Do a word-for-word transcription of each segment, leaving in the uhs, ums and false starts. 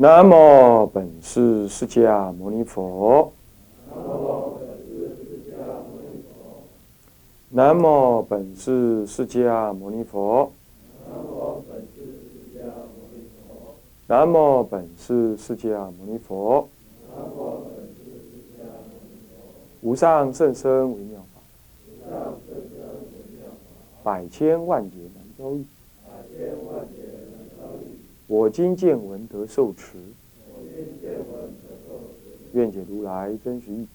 南无本师释迦牟尼佛。南无本师释迦牟尼佛。南无本师释迦牟尼佛。无上甚深微妙法，百千万劫难遭遇。我今见闻得受持，愿解如来真实义。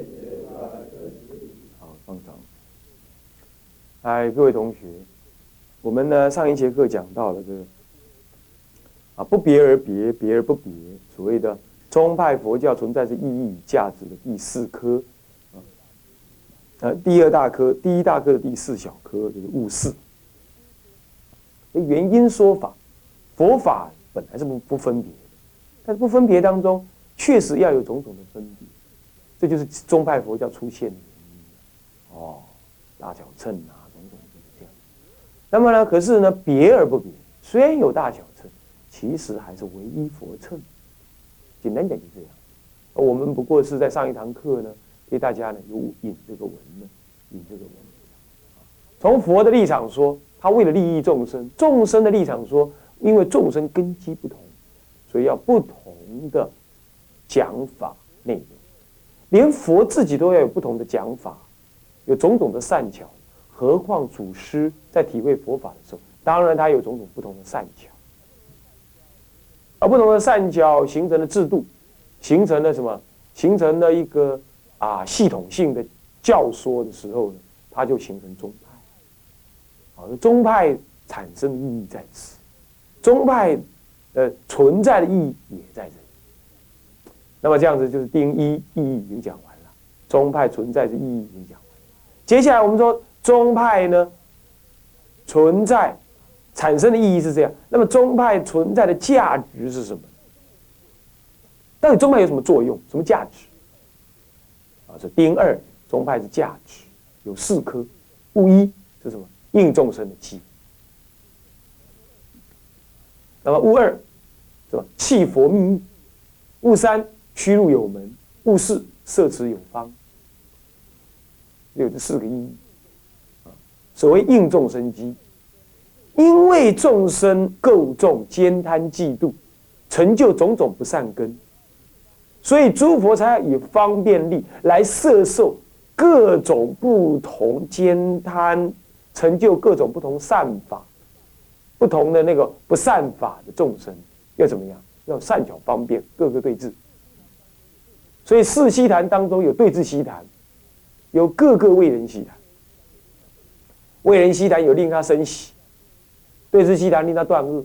好，放掌。哎，各位同学，我们呢上一节课讲到了这个啊不别而别，别而不别，所谓的宗派佛教存在着意义与价值的第四科啊，呃第二大科，第一大科的第四小科就是悟四。原因说法，佛法本来是不不分别的，但是不分别当中确实要有种种的分别，这就是宗派佛教出现的原因。哦，大小乘啊，种种就是这样。那么呢，可是呢，别而不别，虽然有大小乘，其实还是唯一佛乘。简单讲就这样。我们不过是在上一堂课呢，给大家呢有引这个文呢，引这个文。从佛的立场说，他为了利益众生；众生的立场说，因为众生根基不同，所以要不同的讲法内容。连佛自己都要有不同的讲法，有种种的善巧，何况祖师在体会佛法的时候，当然他有种种不同的善巧。而不同的善巧形成了制度，形成了什么？形成了一个啊系统性的教说的时候呢，它就形成宗派。好，宗派产生的意义在此，宗派的存在的意义也在这里。那么这样子就是丁一意义已经讲完了，宗派存在的意义已经讲完了。接下来我们说宗派呢存在产生的意义是这样，那么宗派存在的价值是什么？到底宗派有什么作用？什么价值？啊，是丁二，宗派是价值，有四科。戊一是什么？应众生的机。那么戊二是吧？弃佛密意。戊三虚入有门。戊四摄持有方。有这四个意义。所谓应众生机，因为众生构众兼贪嫉妒，成就种种不善根，所以诸佛才要以方便力来摄受各种不同兼贪。成就各种不同善法，不同的那个不善法的众生，要怎么样？要善巧方便，各个对治。所以四悉檀当中有对治悉檀，有各个为人悉檀。为人悉檀有令他生喜，对治悉檀令他断恶。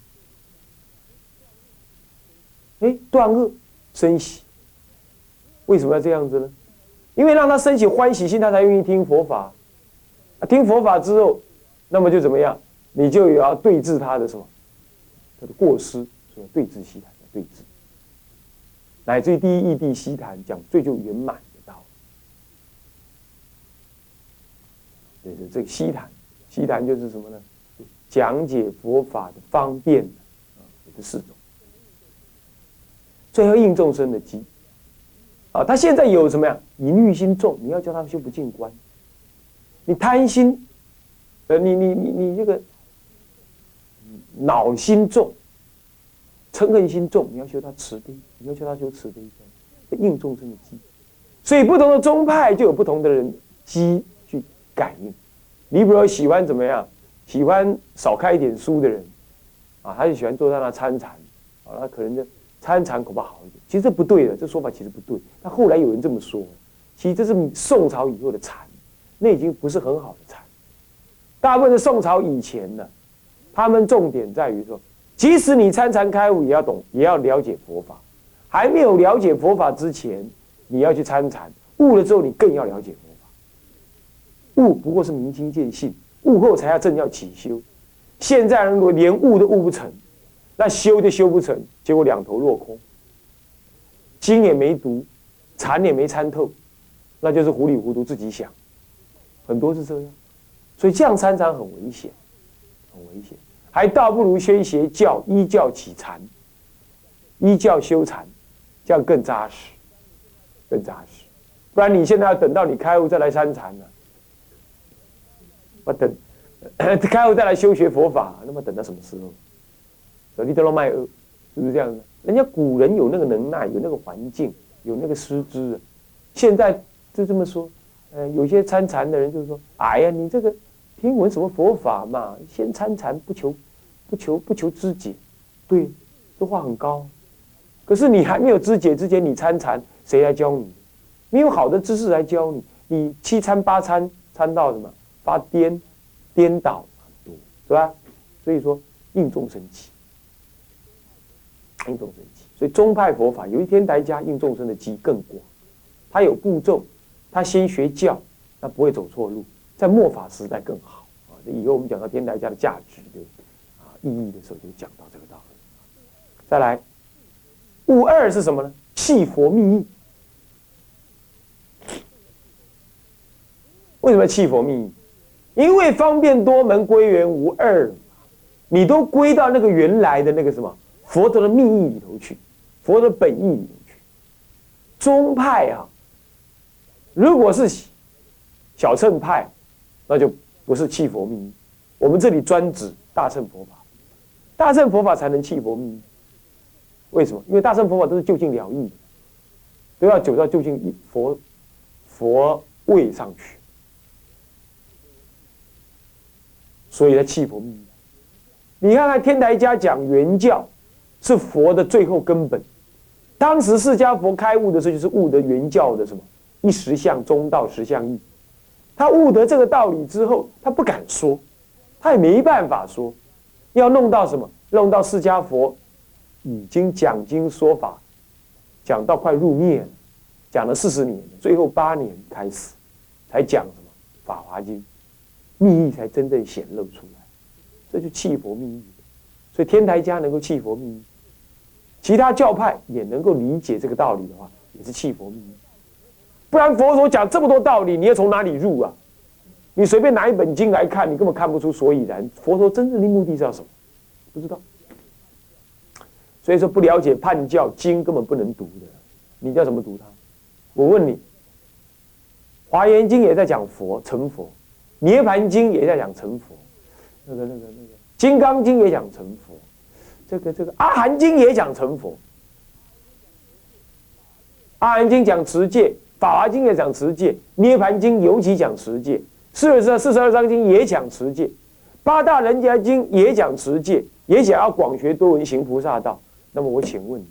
哎，断恶生喜，为什么要这样子呢？因为让他生起欢喜心，他才愿意听佛法。啊、听佛法之后，那么就怎么样？你就要对治他的什么？他的过失，所以对治悉檀，对治，乃至于第一义谛悉檀讲最就圆满的道理。对对，这个悉檀，悉檀就是什么呢？讲解佛法的方便啊，这四种。最后应众生的机啊，他现在有什么呀？淫欲心重，你要教他修不净观。你贪心，呃，你你你你这个恼心重，嗔恨心重，你要修他慈悲，你要教他修慈悲观，应众生的机。所以不同的宗派就有不同的人机去感应。你比如说喜欢怎么样，喜欢少开一点书的人，啊，他就喜欢坐在那参禅，啊，他可能就参禅恐怕好一点。其实这不对的，这说法其实不对。但后来有人这么说，其实这是宋朝以后的禅。那已经不是很好的禅。大部分的宋朝以前呢，他们重点在于说，即使你参禅开悟，也要懂，也要了解佛法。还没有了解佛法之前，你要去参禅；悟了之后，你更要了解佛法。悟不过是明心见性，悟后才要正要起修。现在如果连悟都悟不成，那修就修不成，结果两头落空，经也没读，禅也没参透，那就是糊里糊涂自己想。很多是这样，所以这样参禅很危险，很危险，还倒不如先学教，依教起禅。 依教修禅，这样更扎实，更扎实。不然你现在要等到你开悟再来参禅呢、啊，我等开悟再来修学佛法，那么等到什么时候？所以你得了卖恶，是不是这样的？人家古人有那个能耐，有那个环境，有那个师资，现在就这么说。呃，有些参禅的人就是说：“哎呀，你这个听闻什么佛法嘛，先参禅不求不求不求知解。”对，这话很高。可是你还没有知解之前，你参禅，谁来教你？没有好的知识来教你，你七参八参参到什么发颠颠倒很多，是吧？所以说应众生起，应众生起。所以宗派佛法有一天台家应众生的机更广，它有步骤。他先学教，那不会走错路，在末法时代更好啊！以后我们讲到天台家的价值的啊意义的时候，就讲到这个道理。再来，悟二是什么呢？契佛密意。为什么契佛密意？因为方便多门归元无二，你都归到那个原来的那个什么佛陀的密意里头去，佛陀的本意里头去。宗派啊。如果是小乘派，那就不是契佛密意。我们这里专指大乘佛法，大乘佛法才能契佛密意。为什么？因为大乘佛法都是就近了义的，都要走到就近佛佛位上去，所以才契佛密意。你看看天台家讲原教是佛的最后根本，当时释迦佛开悟的时候，就是悟得原教的什么？一实相中道实相义，他悟得这个道理之后，他不敢说，他也没办法说，要弄到什么？弄到释迦佛已经讲经说法，讲到快入灭了，讲了四十年，最后八年开始才讲什么《法华经》，密意才真正显露出来，这就契佛密意。所以天台家能够契佛密意，其他教派也能够理解这个道理的话，也是契佛密意。不然佛陀讲这么多道理，你要从哪里入啊？你随便拿一本经来看，你根本看不出所以然。佛陀真正的目的是要什么？不知道。所以说不了解判教经根本不能读的，你要怎么读它？我问你，《华严经》也在讲佛成佛，《涅盘经》也在讲成佛，那个那个那个《金刚经》也讲成佛，这个这个《阿含经》也讲成佛，《阿含经》讲持戒。法华经也讲持戒，涅盘经尤其讲持戒，四十四十二章经也讲持戒，八大人家经也讲持戒，也想要广学多闻行菩萨道。那么我请问你，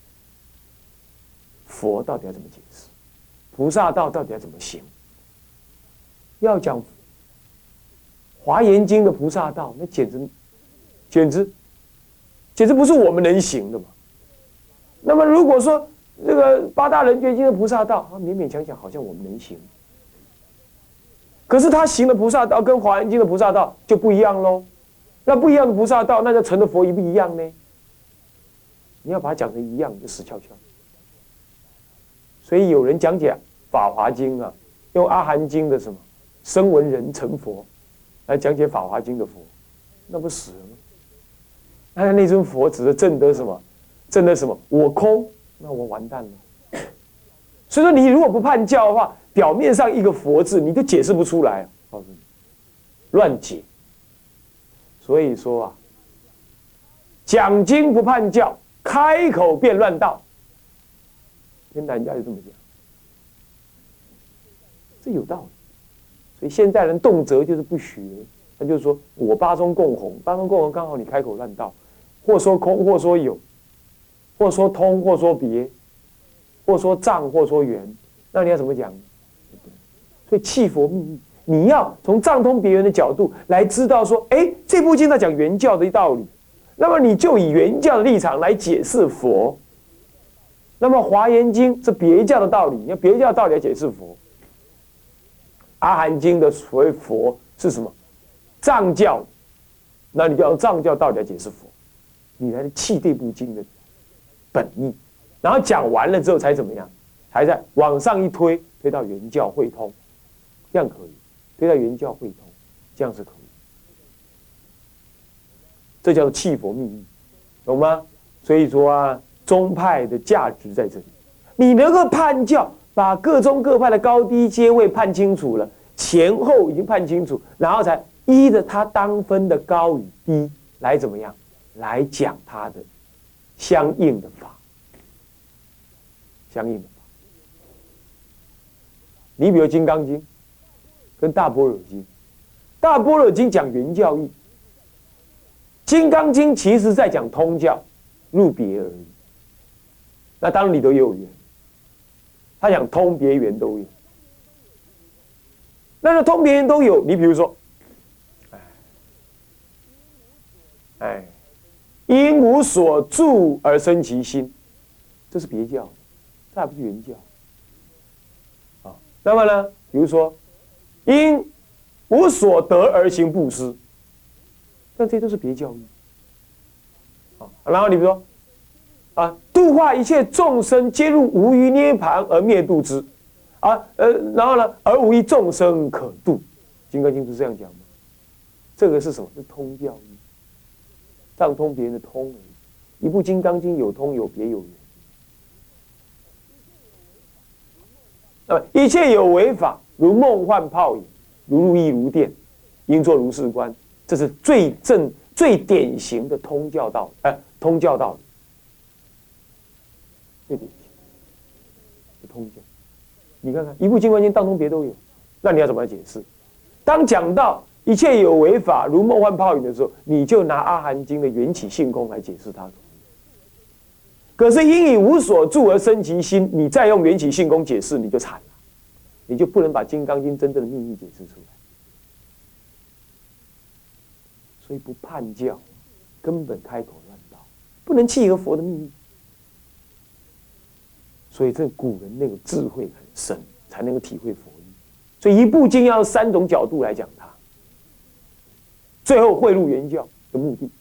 佛到底要怎么解释？菩萨道到底要怎么行？要讲华严经的菩萨道，那简直简直简直不是我们能行的嘛。那么如果说这个八大人觉经的菩萨道，啊，勉勉强强好像我们能行，可是他行的菩萨道跟华严经的菩萨道就不一样喽。那不一样的菩萨道，那就成的佛一不一样呢？你要把它讲成一样，就死翘翘。所以有人讲解《法华经》啊，用阿含经的什么声闻人成佛来讲解《法华经》的佛，那不死了吗？那那尊佛只是证得什么？证得什么？我空。那我完蛋了。所以说，你如果不判教的话，表面上一个佛字，你都解释不出来。告诉你，乱解。所以说啊，讲经不判教，开口便乱道。天台家就这么讲，这有道理。所以现在人动辄就是不学，他就说我八宗共弘，八宗共弘刚好你开口乱道，或说空，或说有。或说通，或说别，或说藏，或说圆，那你要怎么讲？所以契佛密意，你要从藏通别圆的角度来知道说，哎，这部经在讲原教的道理，那么你就以原教的立场来解释佛。那么华严经是别教的道理，你要别教的道理来解释佛。阿含经的所谓佛是什么？藏教，那你就用藏教道理来解释佛，你来契这部经的本意，然后讲完了之后才怎么样？才在往上一推，推到原教会通，这样可以，推到原教会通，这样是可以。这叫做契佛密意，懂吗？所以说啊， 宗派的价值在这里。你能够判教，把各宗各派的高低阶位判清楚了，前后已经判清楚，然后才依着他当分的高与低来怎么样，来讲他的相应的法，相应的法。你比如《金刚经》跟《大般若经》，《大般若经》讲原教义，《金刚经》其实在讲通教，入别而已。那当然里头也有缘，他讲通别缘都有。那个通别缘都有，你比如说，哎，哎，因无所住而生其心，这是别教，这还不是原教。啊，那么呢，比如说，因无所得而行布施，但这都是别教义。啊，然后你比如说，啊，度化一切众生，皆入无余涅盘而灭度之。啊，呃，然后呢，而无一众生可度，《金刚经》不是这样讲吗？这个是什么？是通教义，藏通别人的通而已。一部《金刚经》有通有别有缘。那么一切有为法，如梦幻泡影，如露亦如电，应作如是观。这是最正、最典型的通教道，哎、呃，通教道理，最典型的通教。你看看一部《金刚经》当中别都有，那你要怎么来解释？当讲到一切有为法如梦幻泡影的时候，你就拿《阿含经》的缘起性空来解释它。可是因以无所住而生其心，你再用缘起性空解释，你就惨了，你就不能把《金刚经》真正的秘密解释出来。所以不叛教，根本开口乱道，不能契合佛的秘密。所以这古人那个智慧很深，才能够体会佛意。所以一部经要三种角度来讲它，最后汇入原教的目的。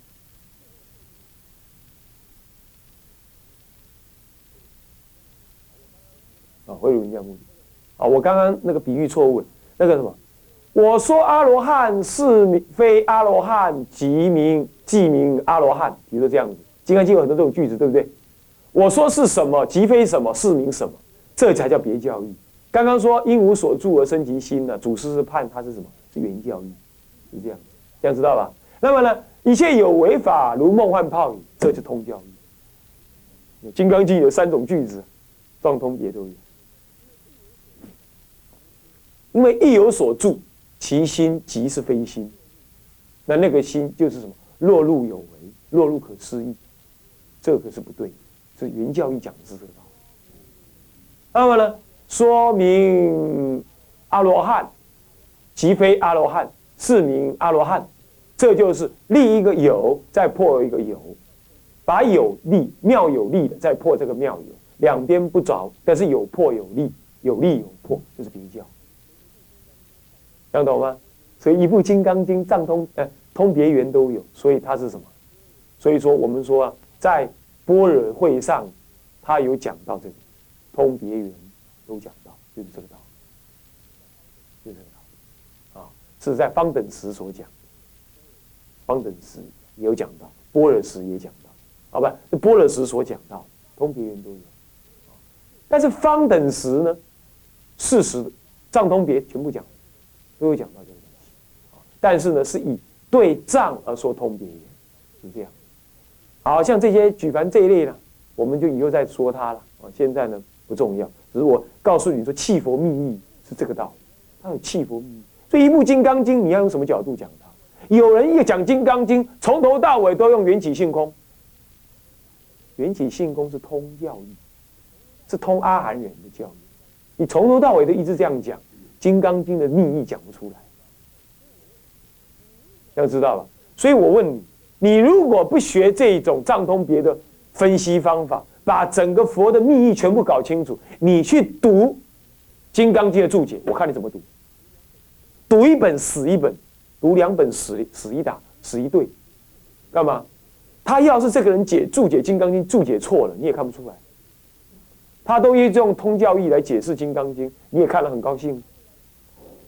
啊，汇入原教目的。啊，我刚刚那个比喻错误了，那个什么，我说阿罗汉是名非阿罗汉，即名即名阿罗汉，比如说这样子，《金刚经》有很多这种句子，对不对？我说是什么，即非什么，是名什么，这才叫别教义。刚刚说因无所住而生其心呢，祖师是判它是什么？是原教义，是这样，这样知道吧？那么呢，一切有为法如梦幻泡影，这就通教义。《金刚经》有三种句子，藏通别都有。因为一有所住，其心即是非心，那那个心就是什么？落入有为，落入可思议，这个是不对的。是原教义讲的是这个道理。那么呢，说明阿罗汉即非阿罗汉，是名阿罗汉，这就是立一个有，再破一个有，把有立妙有立的，再破这个妙有，两边不着，但是有破有立，有立有破，就是别教。这样懂吗？所以一部《金刚经》藏通呃通别圆都有，所以它是什么？所以说我们说啊，在般若会上，他有讲到这个通别圆，都讲到，就是这个道理，就是这个道理啊，是在方等时所讲，方等时也有讲到，般若时也讲到，好吧？这般若时所讲到通别圆都有，但是方等时呢，事实藏通别全部讲，都有讲到这个东西，但是呢，是以对藏而说通别圆，是这样。好像这些举凡这一类呢，我们就以后再说它了啊。现在呢不重要，只是我告诉你说，契佛密意是这个道理，它有契佛密意。所以一部《金刚经》，你要用什么角度讲它？有人一讲《金刚经》，从头到尾都用缘起性空。缘起性空是通教义，是通阿含人的教义。你从头到尾都一直这样讲，《金刚经》的密意讲不出来，要知道吧？所以我问你。你如果不学这种藏通别的分析方法，把整个佛的密意全部搞清楚，你去读《金刚经》的注解，我看你怎么读。读一本死一本，读两本死死一打，死一对，干嘛？他要是这个人解注解《金刚经》注解错了，你也看不出来。他都用通教义来解释《金刚经》，你也看得很高兴。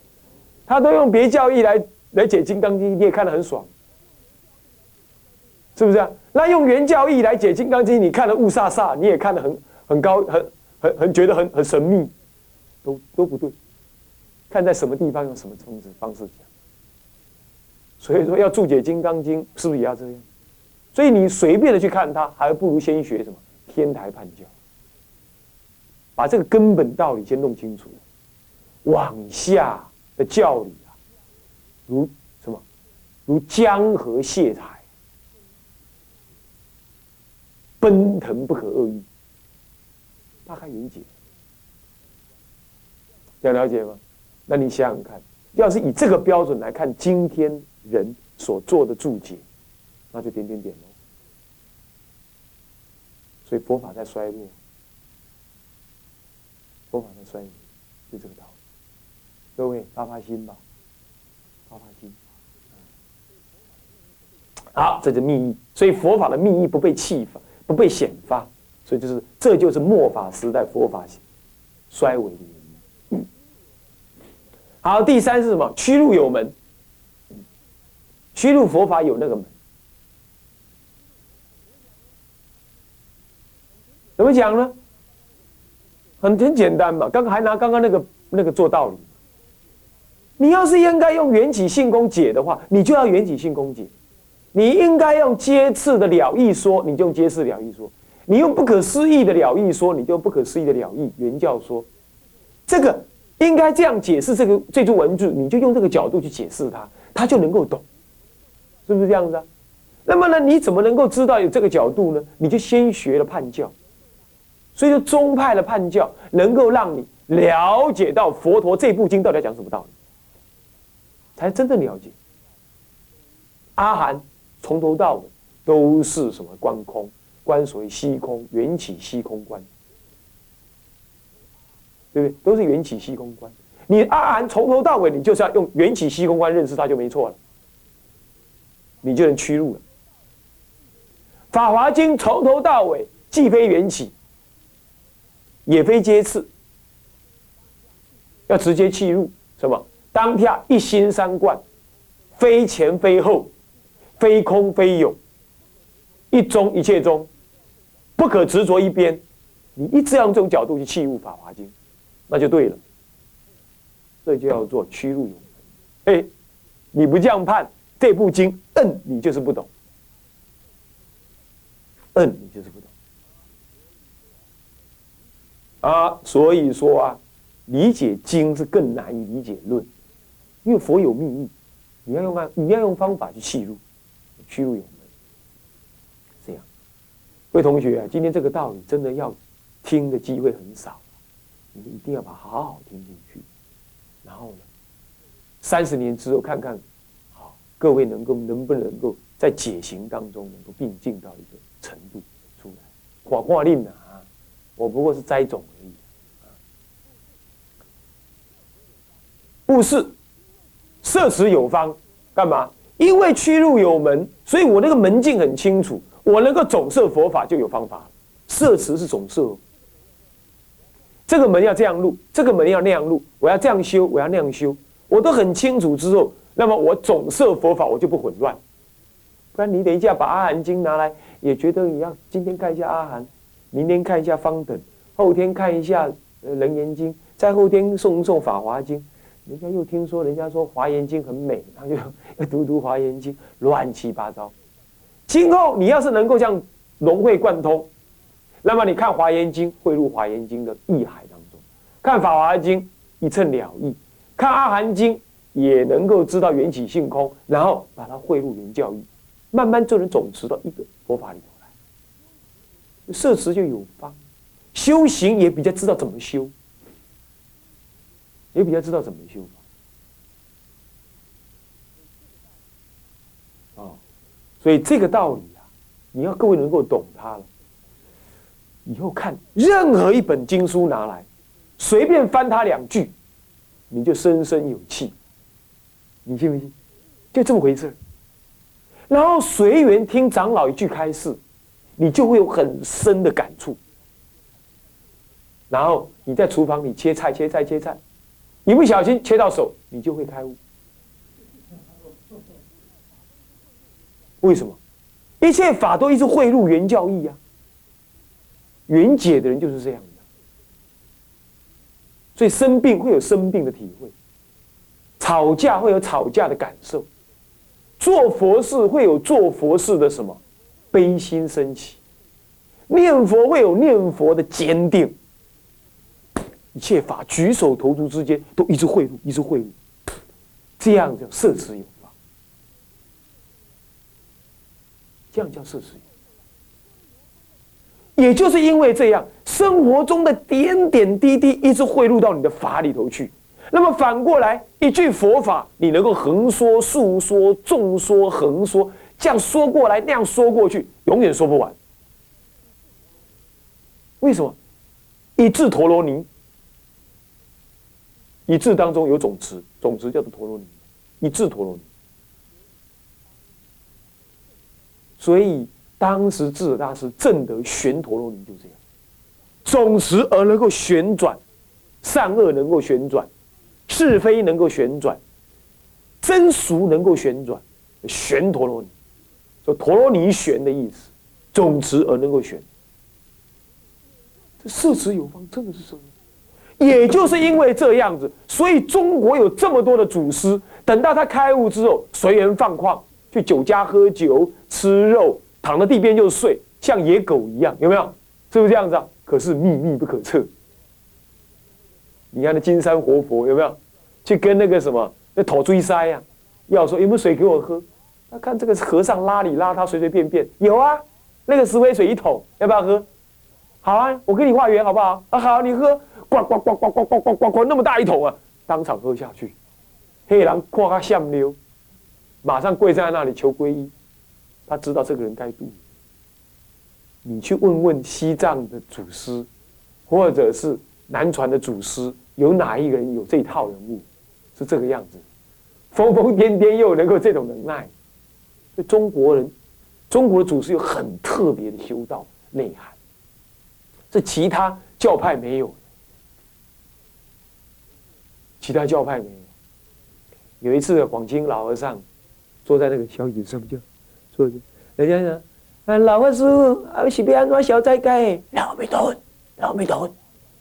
他都用别教义来来解《金刚经》，你也看得很爽。 是不是啊？那用原教义来解《金刚经》，你看了雾煞煞，你也看得很很高，很很很觉得很很神秘，都都不对。看在什么地方用什么方式方式讲。所以说要注解《金刚经》，是不是也要这样？所以你随便的去看它，还不如先学什么天台判教，把这个根本道理先弄清楚。往下的教理啊，如什么？如江河泻台，奔腾不可遏喻。大开眼界，这样了解吗？那你想想看，要是以这个标准来看今天人所做的注解，那就点点点喽。所以佛法在衰落，佛法在衰落，就这个道理。各位发发心吧，发发心。好，这是密意。所以佛法的密意不被弃发，不被显发，所以就是这就是末法时代佛法衰微的原因。好，第三是什么？屈入有门。屈入佛法有那个门，怎么讲呢？很很简单嘛，刚刚还拿刚刚那个那个做道理。你要是应该用缘起性空解的话，你就要缘起性空解；你应该用揭次的了义说，你就用揭次了义说；你用不可思议的了义说，你就用不可思议的了义原教说。这个应该这样解释这个这句文句，你就用这个角度去解释它，它就能够懂，是不是这样子啊？那么呢，你怎么能够知道有这个角度呢？你就先学了判教，所以说宗派的判教能够让你了解到佛陀这部经到底要讲什么道理。才真正了解。阿含从头到尾都是什么观空，观所谓虚空，缘起虚空观，对不对？都是缘起虚空观。你阿含从头到尾，你就是要用缘起虚空观认识它，就没错了，你就能屈入了。法华经从头到尾既非缘起，也非揭次，要直接契入什么？当下一心三观，非前非后，非空非有，一中一切中，不可执着一边。你一直要用这种角度去契入《法华经》，那就对了。这就叫做屈入有门。哎，你不这样判这部经，嗯，你就是不懂，嗯，你就是不懂啊。所以说啊，理解经是更难于理解论。因为佛有密意，你要用按你要用方法去契入，屈入有门。这样，各位同学啊，今天这个道理真的要听的机会很少，你一定要把它好好听进去。然后呢，三十年之后看看，好，各位能够能不能够在解行当中能够并进到一个程度出来。画画令啊，我不过是栽种而已。务事。摄持有方，干嘛？因为屈入有门，所以我那个门径很清楚，我能够总摄佛法就有方法了。摄持是总摄，这个门要这样入，这个门要那样入，我要这样修，我要那样修，我都很清楚之后，那么我总摄佛法我就不混乱。不然你等一下把《阿含经》拿来，也觉得你要今天看一下阿含，明天看一下方等，后天看一下呃《楞严经》，再后天诵一诵《法华经》。人家又听说，人家说《华严经》很美，他就要读读《华严经》，乱七八糟。今后你要是能够这样融会贯通，那么你看《华严经》汇入《华严经》的义海当中，看《法华经》一称了义，看《阿含经》也能够知道缘起性空，然后把它汇入原教义，慢慢就能总持到一个佛法里头来。摄持就有方，修行也比较知道怎么修。也比较知道怎么修法哦，所以这个道理啊，你要各位能够懂它了。以后看任何一本经书拿来，随便翻它两句，你就深深有气，你信不信？就这么回事。然后随缘听长老一句开示，你就会有很深的感触。然后你在厨房里切菜、切菜、切菜。一不小心切到手，你就会开悟。为什么？ 一切法都一直汇入原教义啊。圆解的人就是这样的，所以生病会有生病的体会，吵架会有吵架的感受，做佛事会有做佛事的什么悲心升起，念佛会有念佛的坚定，一切法举手投足之间都一直汇入，一直汇入，这样叫摄持有方，这样叫摄持有方。也就是因为这样，生活中的点点滴滴一直汇入到你的法里头去。那么反过来，一句佛法，你能够横说、竖说、纵说、横说，这样说过来，那样说过去，永远说不完。为什么？一字陀罗尼，一字当中有总持，总持叫做陀罗尼，一字陀罗尼。所以。当时智者大师证得旋陀罗尼就这样，总持而能够旋转，善恶能够旋转，是非能够旋转，真俗能够旋转，旋陀罗尼，说陀罗尼旋的意思，总持而能够旋。这摄持有方真的是这样，也就是因为这样子，所以中国有这么多的祖师，等到他开悟之后，随缘放旷，去酒家喝酒、吃肉。躺在地边就睡，像野狗一样，有没有？是不是这样子啊？可是秘密不可测。你看那金山活佛有没有？去跟那个什么那讨追塞呀，要说有没有水给我喝？他看这个和尚邋里邋遢，随随便便，有啊，那个石灰水一桶，要不要喝？好啊，我给你化缘好不好？啊好，你喝，呱呱呱呱呱呱呱呱呱，那么大一桶啊，当场喝下去。黑狼夸他相溜，马上跪在那里求皈依。他知道这个人该度。你去问问西藏的祖师，或者是南传的祖师，有哪一个人有这一套人物是这个样子，疯疯癫癫又能够这种能耐？所以中国人，中国的祖师有很特别的修道内涵，这其他教派没有，其他教派没有。有一次，广清老和尚坐在那个小椅子上面就。人家讲，啊，老和尚，啊，是要安怎消灾解？老弥陀佛，老弥陀佛，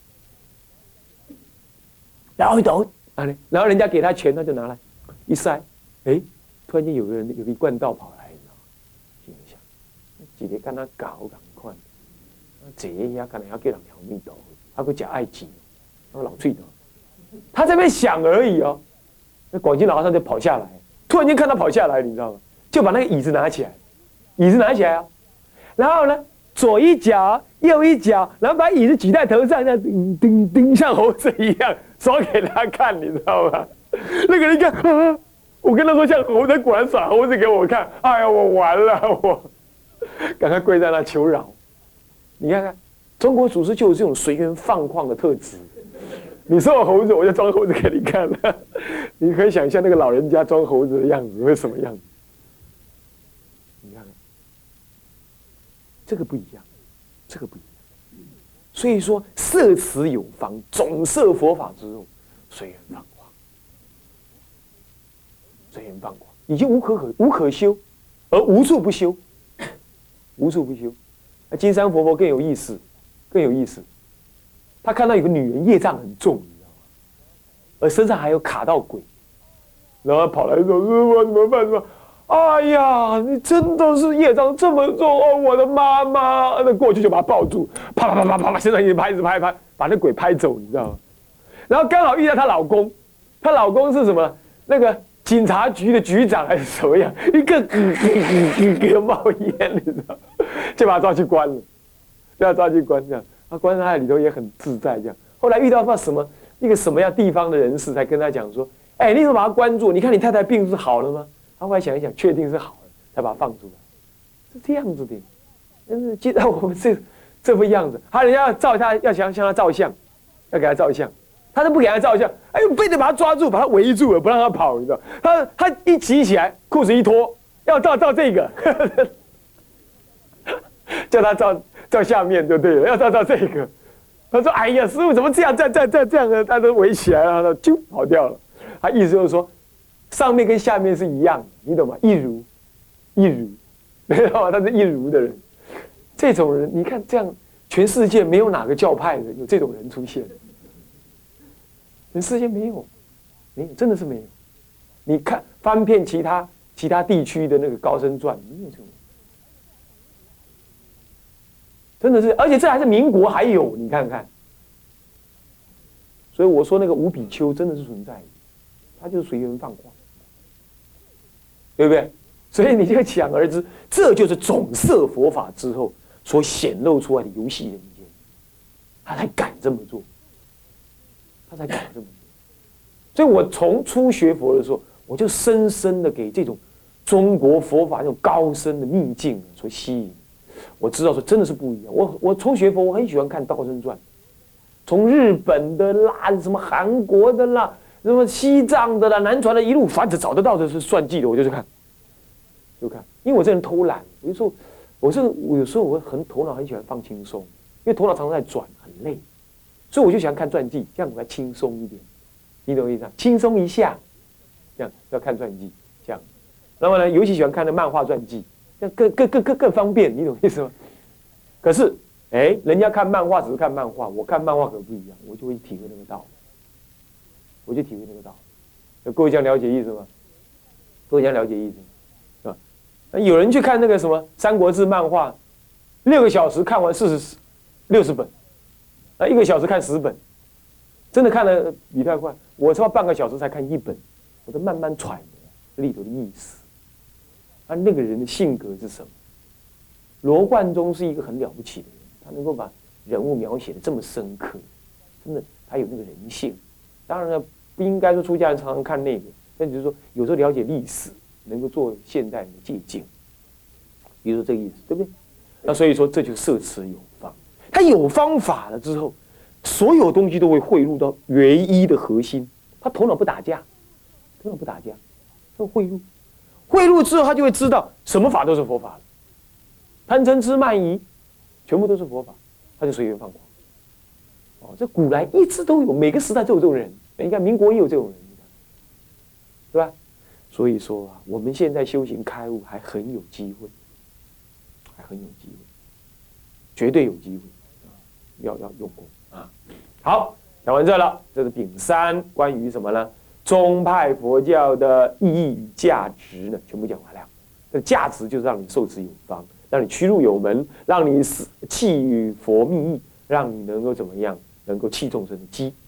老弥陀佛，啊，然后人家给他钱，他就拿来一塞，哎，突然间有个人有一贯道跑来，你知道吗？心里想，一个跟他搞赶快，这呀，可能要给人老弥陀佛，他个假爱情，那个老脆头，他在那边想而已哦。那广清老和尚就跑下来，突然间看他跑下来，你知道吗？就把那个椅子拿起来，椅子拿起来啊，然后呢，左一脚，右一脚，然后把椅子举在头上，像叮叮叮，像猴子一样，耍给他看，你知道吗？那个人看，啊，我跟他说像猴子，果然耍猴子给我看，哎呀，我完了，我赶快跪在那求饶。你看看，中国祖师就有这种随缘放旷的特质。你说我猴子，我就装猴子给你看了。你可以想象那个老人家装猴子的样子会什么样子？你看看，这个不一样，这个不一样。所以说，摄持有方，总摄佛法之后，随缘放旷，随缘放旷，已经无可可无可修，而无处不修，无处不修。那金山佛佛更有意思，更有意思。他看到有个女人业障很重，你知道吗？而身上还有卡到鬼，然后跑来说：“师父怎么办？怎么？哎呀，你真的是业障这么重哦，我的妈妈！”那过去就把他抱住，啪啪啪啪啪，身上一直拍，一直拍拍，把那鬼拍走，你知道吗？然后刚好遇到她老公，她老公是什么？那个警察局的局长还是什么样？一个咕咕咕咕冒烟，你知道，就把他抓去关了，就把他抓去关这样。他关在那里头也很自在，这样。后来遇到什么一个什么样地方的人士，才跟他讲说：“哎，你怎么把他关住？你看你太太病是好了吗？”他后来想一想，确定是好了，才把他放出来。是这样子的，但是记得我们这这副样子，他人家要照他，要想向他照相，要给他照相，他都不给他照相，哎呦，非得把他抓住，把他围住了，不让他跑，你知道？他他一起起来，裤子一脱，要照照这个，叫他照。照下面就对了，要照照这个。他说：“哎呀，师父怎么这样、这样、这样、这样、这样呢？”他都围起来了，他就跑掉了。他意思就是说，上面跟下面是一样的，你懂吗？一如，一如， 没有，他是一儒的人。这种人，你看这样，全世界没有哪个教派的有这种人出现，全世界没有，没有，真的是没有。你看翻遍其他其他地区的那个高僧传，没有这种人，真的是，而且这还是民国还有，你看看。所以我说那个吴比丘真的是存在的，他就是随缘放光，对不对？所以你就想而知，这就是总摄佛法之后所显露出来的游戏人间，他才敢这么做，他才敢这么做。所以我从初学佛的时候，我就深深的给这种中国佛法这种高深的秘境所吸引。我知道说真的是不一样。我我初学佛，我很喜欢看《道生传》，从日本的啦，什么韩国的啦，什么西藏的啦，南传的，一路凡是找得到的是传记的，我就去看，就看。因为我这人偷懒，有时候我是我有时候我会很头脑很喜欢放轻松，因为头脑常常在转，很累，所以我就喜欢看传记，这样子才轻松一点。你懂我意思啊？轻松一下，这样要看传记，这样。那么呢，尤其喜欢看的漫画传记，这样更更更更更方便，你懂意思吗？可是，哎，人家看漫画只是看漫画，我看漫画可不一样，我就会体会那个道理，我就体会那个道理。各位这样了解意思吗？各位这样了解意思是吧？有人去看那个什么《三国志》漫画，六个小时看完四十六十本，啊，一个小时看十本，真的看得比太快。我超半个小时才看一本，我都慢慢揣摩里头的意思。啊，那个人的性格是什么？罗贯中是一个很了不起的人，他能够把人物描写的这么深刻，真的，他有那个人性。当然了，不应该说出家人常常看那个，但就是说有时候了解历史，能够做现代人的借鉴。比如说这个意思，对不对？那所以说这就是摄持有方，他有方法了之后，所有东西都会汇入到原一的核心。他头脑不打架，头脑不打架，他汇入，汇入之后，他就会知道什么法都是佛法了。贪嗔痴慢疑，全部都是佛法，他就随缘放光。哦，这古来一直都有，每个时代都有这种人。你看民国也有这种人，对吧？所以说啊，我们现在修行开悟还很有机会，还很有机会，绝对有机会，啊、要要用功啊。好，讲完这了，这是丙三，关于什么呢？宗派佛教的意义与价值呢，全部讲完了。这价值就是让你受持有方，让你趋入有门，让你弃与佛密意，让你能够怎么样？能够弃众生的机。